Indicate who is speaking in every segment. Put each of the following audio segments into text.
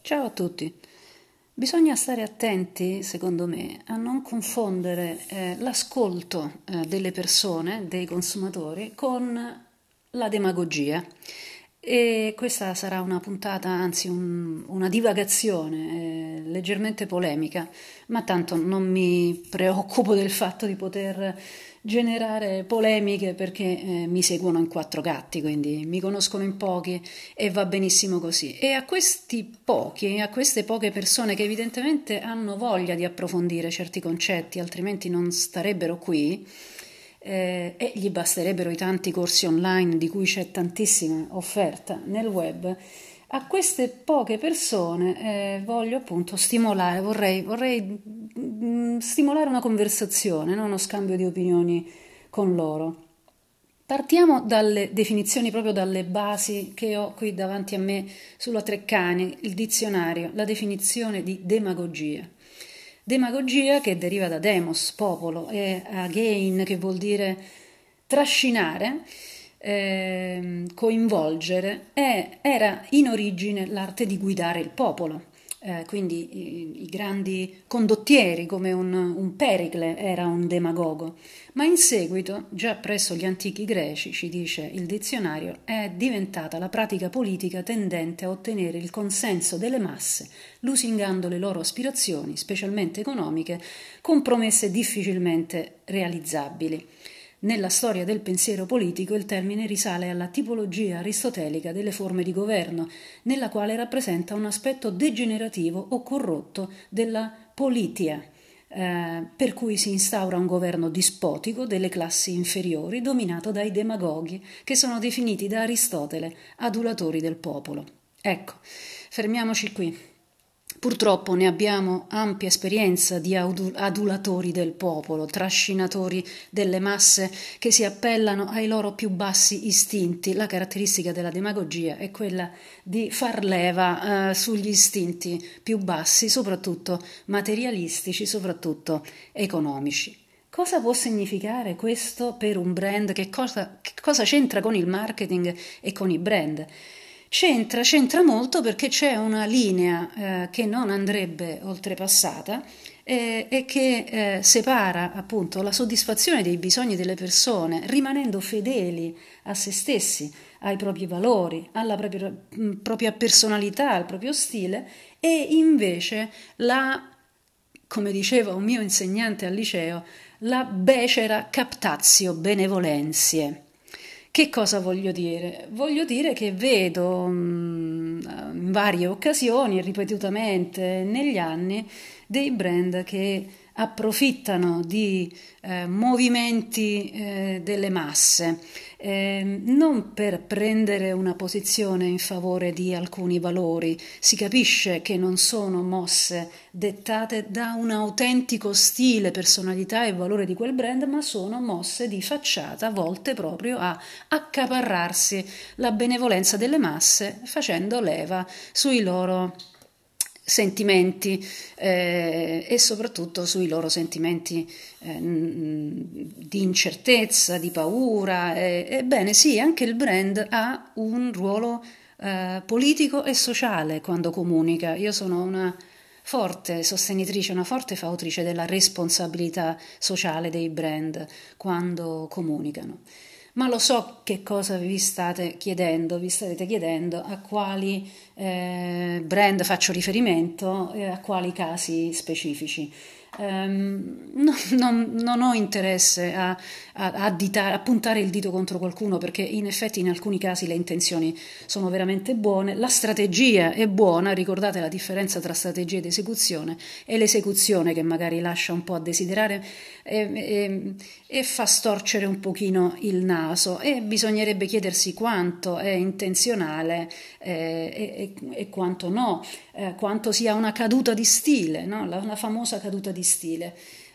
Speaker 1: Ciao a tutti. Bisogna stare attenti, secondo me, a non confondere l'ascolto delle persone, dei consumatori, con la demagogia. E questa sarà una puntata, anzi una divagazione leggermente polemica, ma tanto non mi preoccupo del fatto di poter generare polemiche perché mi seguono in quattro gatti, quindi mi conoscono in pochi e va benissimo così. E a questi pochi, a queste poche persone che evidentemente hanno voglia di approfondire certi concetti, altrimenti non starebbero qui, e gli basterebbero i tanti corsi online di cui c'è tantissima offerta nel web. A queste poche persone voglio appunto stimolare, vorrei stimolare una conversazione, no? Uno scambio di opinioni con loro. Partiamo dalle definizioni, proprio dalle basi che ho qui davanti a me sulla Treccani, il dizionario, la definizione di demagogia. Demagogia che deriva da demos, popolo, e again che vuol dire trascinare, coinvolgere, era in origine l'arte di guidare il popolo. Quindi i grandi condottieri, come un Pericle, era un demagogo, ma in seguito, già presso gli antichi greci, ci dice il dizionario, è diventata la pratica politica tendente a ottenere il consenso delle masse, lusingando le loro aspirazioni, specialmente economiche, con promesse difficilmente realizzabili. Nella storia del pensiero politico il termine risale alla tipologia aristotelica delle forme di governo, nella quale rappresenta un aspetto degenerativo o corrotto della politia, per cui si instaura un governo dispotico delle classi inferiori dominato dai demagoghi, che sono definiti da Aristotele adulatori del popolo. Ecco, fermiamoci qui. Purtroppo ne abbiamo ampia esperienza di adulatori del popolo, trascinatori delle masse che si appellano ai loro più bassi istinti. La caratteristica della demagogia è quella di far leva sugli istinti più bassi, soprattutto materialistici, soprattutto economici. Cosa può significare questo per un brand? Che cosa c'entra con il marketing e con i brand? C'entra molto perché c'è una linea che non andrebbe oltrepassata e che separa appunto la soddisfazione dei bisogni delle persone, rimanendo fedeli a se stessi, ai propri valori, alla propria personalità, al proprio stile, e invece come diceva un mio insegnante al liceo, la becera captatio benevolentie. Che cosa voglio dire? Voglio dire che vedo in varie occasioni, ripetutamente negli anni, dei brand che approfittano di movimenti delle masse, non per prendere una posizione in favore di alcuni valori. Si capisce che non sono mosse dettate da un autentico stile, personalità e valore di quel brand, ma sono mosse di facciata volte proprio a accaparrarsi la benevolenza delle masse, facendo leva sui loro sentimenti e soprattutto sui loro sentimenti di incertezza, di paura. Ebbene sì, anche il brand ha un ruolo politico e sociale quando comunica. Io sono una forte sostenitrice, una forte fautrice della responsabilità sociale dei brand quando comunicano. Ma lo so che cosa vi starete chiedendo a quali brand faccio riferimento e a quali casi specifici. Non ho interesse a puntare il dito contro qualcuno, perché in effetti in alcuni casi le intenzioni sono veramente buone, la strategia è buona. Ricordate la differenza tra strategia ed esecuzione, e l'esecuzione che magari lascia un po' a desiderare e fa storcere un pochino il naso, e bisognerebbe chiedersi quanto è intenzionale e quanto no, quanto sia una caduta di stile, no? La famosa caduta di stile.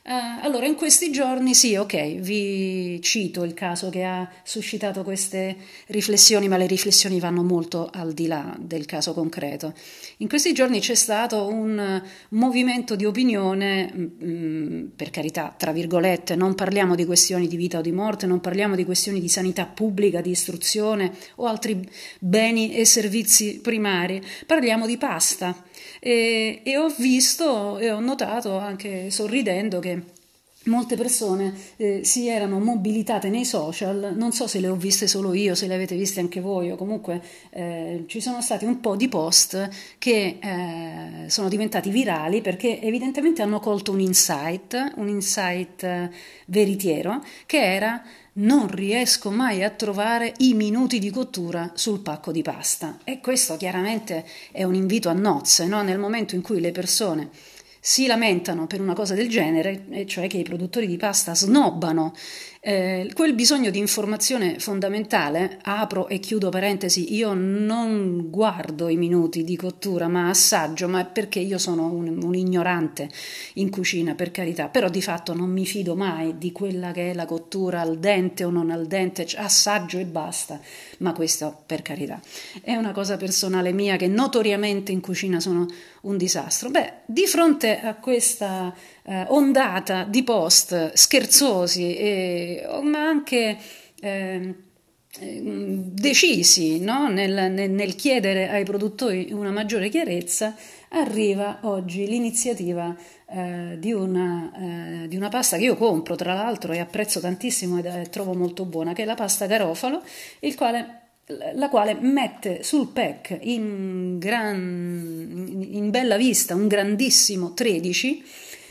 Speaker 1: Allora, in questi giorni sì, ok, vi cito il caso che ha suscitato queste riflessioni, ma le riflessioni vanno molto al di là del caso concreto. In questi giorni c'è stato un movimento di opinione, per carità, tra virgolette, non parliamo di questioni di vita o di morte, non parliamo di questioni di sanità pubblica, di istruzione o altri beni e servizi primari, parliamo di pasta. E ho visto e ho notato anche sorridendo che molte persone si erano mobilitate nei social, non so se le ho viste solo io, se le avete viste anche voi, o comunque ci sono stati un po' di post che sono diventati virali perché evidentemente hanno colto un insight veritiero, che era: non riesco mai a trovare i minuti di cottura sul pacco di pasta. E questo chiaramente è un invito a nozze, no? Nel momento in cui le persone si lamentano per una cosa del genere, e cioè che i produttori di pasta snobbano quel bisogno di informazione fondamentale. Apro e chiudo parentesi: io non guardo i minuti di cottura, ma assaggio, ma è perché io sono un ignorante in cucina, per carità, però di fatto non mi fido mai di quella che è la cottura al dente o non al dente, assaggio e basta. Ma questo, per carità, è una cosa personale mia, che notoriamente in cucina sono un disastro. Beh, di fronte a questa ondata di post scherzosi, ma anche decisi, no? Nel chiedere ai produttori una maggiore chiarezza, arriva oggi l'iniziativa di una pasta che io compro, tra l'altro, e apprezzo tantissimo e trovo molto buona, che è la pasta Garofalo, la quale mette sul pack in bella vista un grandissimo 13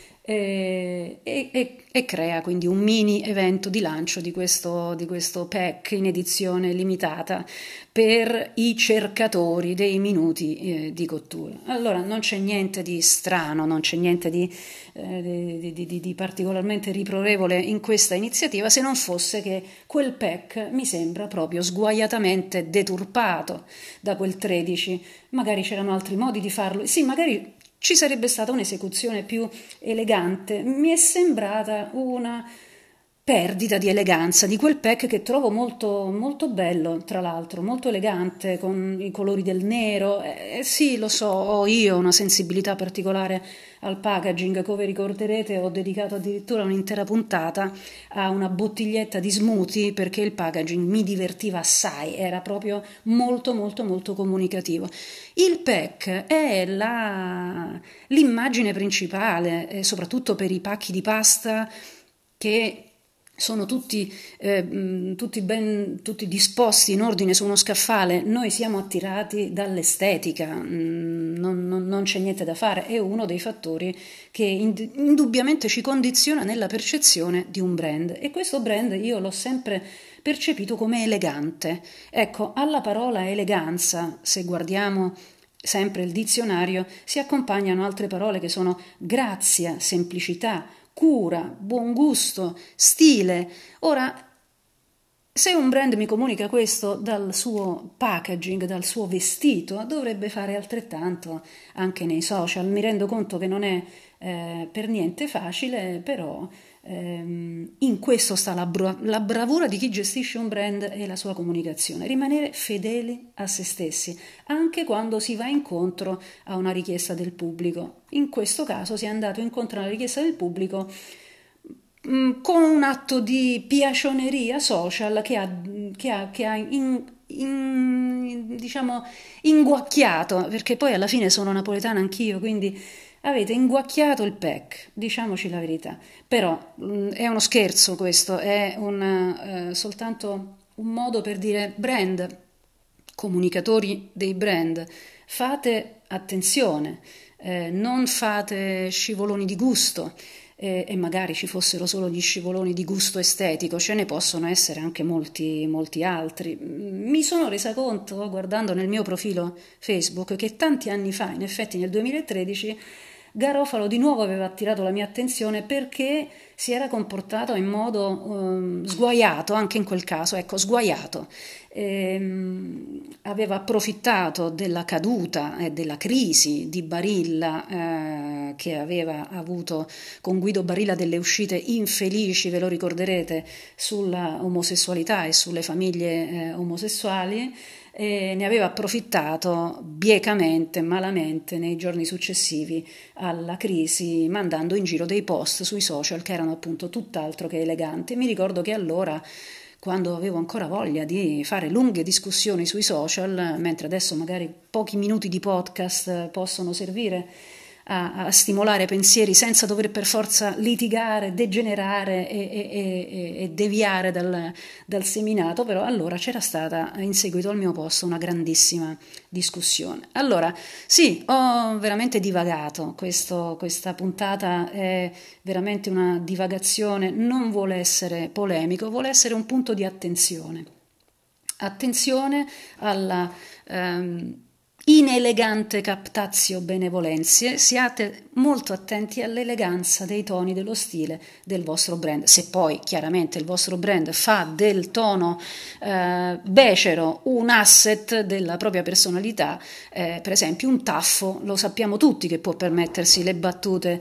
Speaker 1: e crea quindi un mini evento di lancio di questo pack in edizione limitata per i cercatori dei minuti di cottura. Allora, non c'è niente di strano, non c'è niente di particolarmente riprovevole in questa iniziativa, se non fosse che quel pack mi sembra proprio sguaiatamente deturpato da quel 13. Magari c'erano altri modi di farlo, sì, magari ci sarebbe stata un'esecuzione più elegante. Mi è sembrata una perdita di eleganza di quel pack, che trovo molto, molto bello, tra l'altro, molto elegante, con i colori del nero. Sì, lo so, ho io una sensibilità particolare al packaging. Come ricorderete, ho dedicato addirittura un'intera puntata a una bottiglietta di smoothie, perché il packaging mi divertiva assai, era proprio molto, molto, molto comunicativo. Il pack è l'immagine principale, soprattutto per i pacchi di pasta che sono tutti disposti in ordine su uno scaffale. Noi siamo attirati dall'estetica, non c'è niente da fare, è uno dei fattori che indubbiamente ci condiziona nella percezione di un brand, e questo brand io l'ho sempre percepito come elegante. Ecco, alla parola eleganza, se guardiamo sempre il dizionario, si accompagnano altre parole che sono grazia, semplicità, cura, buon gusto, stile. Ora, se un brand mi comunica questo dal suo packaging, dal suo vestito, dovrebbe fare altrettanto anche nei social. Mi rendo conto che non è per niente facile, però in questo sta la bravura di chi gestisce un brand e la sua comunicazione: rimanere fedeli a se stessi, anche quando si va incontro a una richiesta del pubblico. In questo caso si è andato incontro a una richiesta del pubblico con un atto di piacioneria social che ha diciamo, inguacchiato, perché poi alla fine sono napoletana anch'io, quindi avete inguacchiato il pack, diciamoci la verità. Però è uno scherzo questo, è soltanto un modo per dire: brand, comunicatori dei brand, fate attenzione, non fate scivoloni di gusto. E magari ci fossero solo gli scivoloni di gusto estetico, ce ne possono essere anche molti, molti altri. Mi sono resa conto, guardando nel mio profilo Facebook, che tanti anni fa, in effetti nel 2013, Garofalo di nuovo aveva attirato la mia attenzione perché si era comportato in modo sguaiato, anche in quel caso, ecco, sguaiato. Aveva approfittato della caduta e della crisi di Barilla che aveva avuto con Guido Barilla, delle uscite infelici, ve lo ricorderete, sulla omosessualità e sulle famiglie omosessuali. E ne aveva approfittato biecamente, malamente nei giorni successivi alla crisi, mandando in giro dei post sui social che erano appunto tutt'altro che eleganti. Mi ricordo che allora, quando avevo ancora voglia di fare lunghe discussioni sui social, mentre adesso magari pochi minuti di podcast possono servire a stimolare pensieri senza dover per forza litigare, degenerare e deviare dal seminato, però allora c'era stata in seguito al mio post una grandissima discussione. Allora, sì, ho veramente divagato, questa puntata è veramente una divagazione, non vuole essere polemico, vuole essere un punto di attenzione. Attenzione alla inelegante captatio benevolenzie, siate molto attenti all'eleganza dei toni, dello stile del vostro brand. Se poi chiaramente il vostro brand fa del tono becero un asset della propria personalità, per esempio un Taffo, lo sappiamo tutti che può permettersi le battute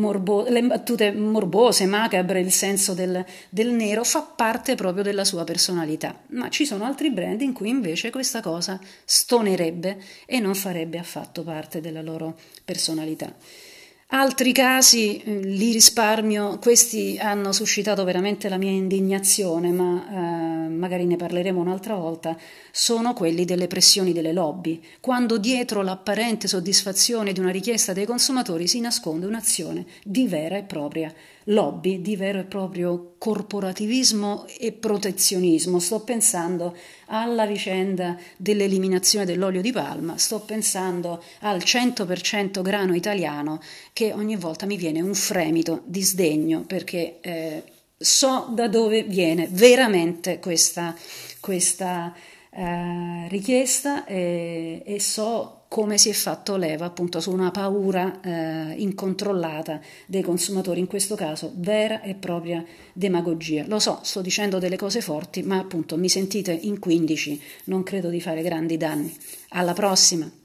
Speaker 1: morbose, macabre, il senso del nero fa parte proprio della sua personalità, ma ci sono altri brand in cui invece questa cosa stonerebbe e non farebbe affatto parte della loro personalità. Altri casi li risparmio, questi hanno suscitato veramente la mia indignazione, ma magari ne parleremo un'altra volta, sono quelli delle pressioni delle lobby, quando dietro l'apparente soddisfazione di una richiesta dei consumatori si nasconde un'azione di vera e propria lobby, di vero e proprio corporativismo e protezionismo. Sto pensando alla vicenda dell'eliminazione dell'olio di palma, sto pensando al 100% grano italiano, che ogni volta mi viene un fremito di sdegno perché so da dove viene veramente questa richiesta e so come si è fatto leva appunto su una paura incontrollata dei consumatori, in questo caso vera e propria demagogia. Lo so, sto dicendo delle cose forti, ma appunto mi sentite in 15, non credo di fare grandi danni. Alla prossima!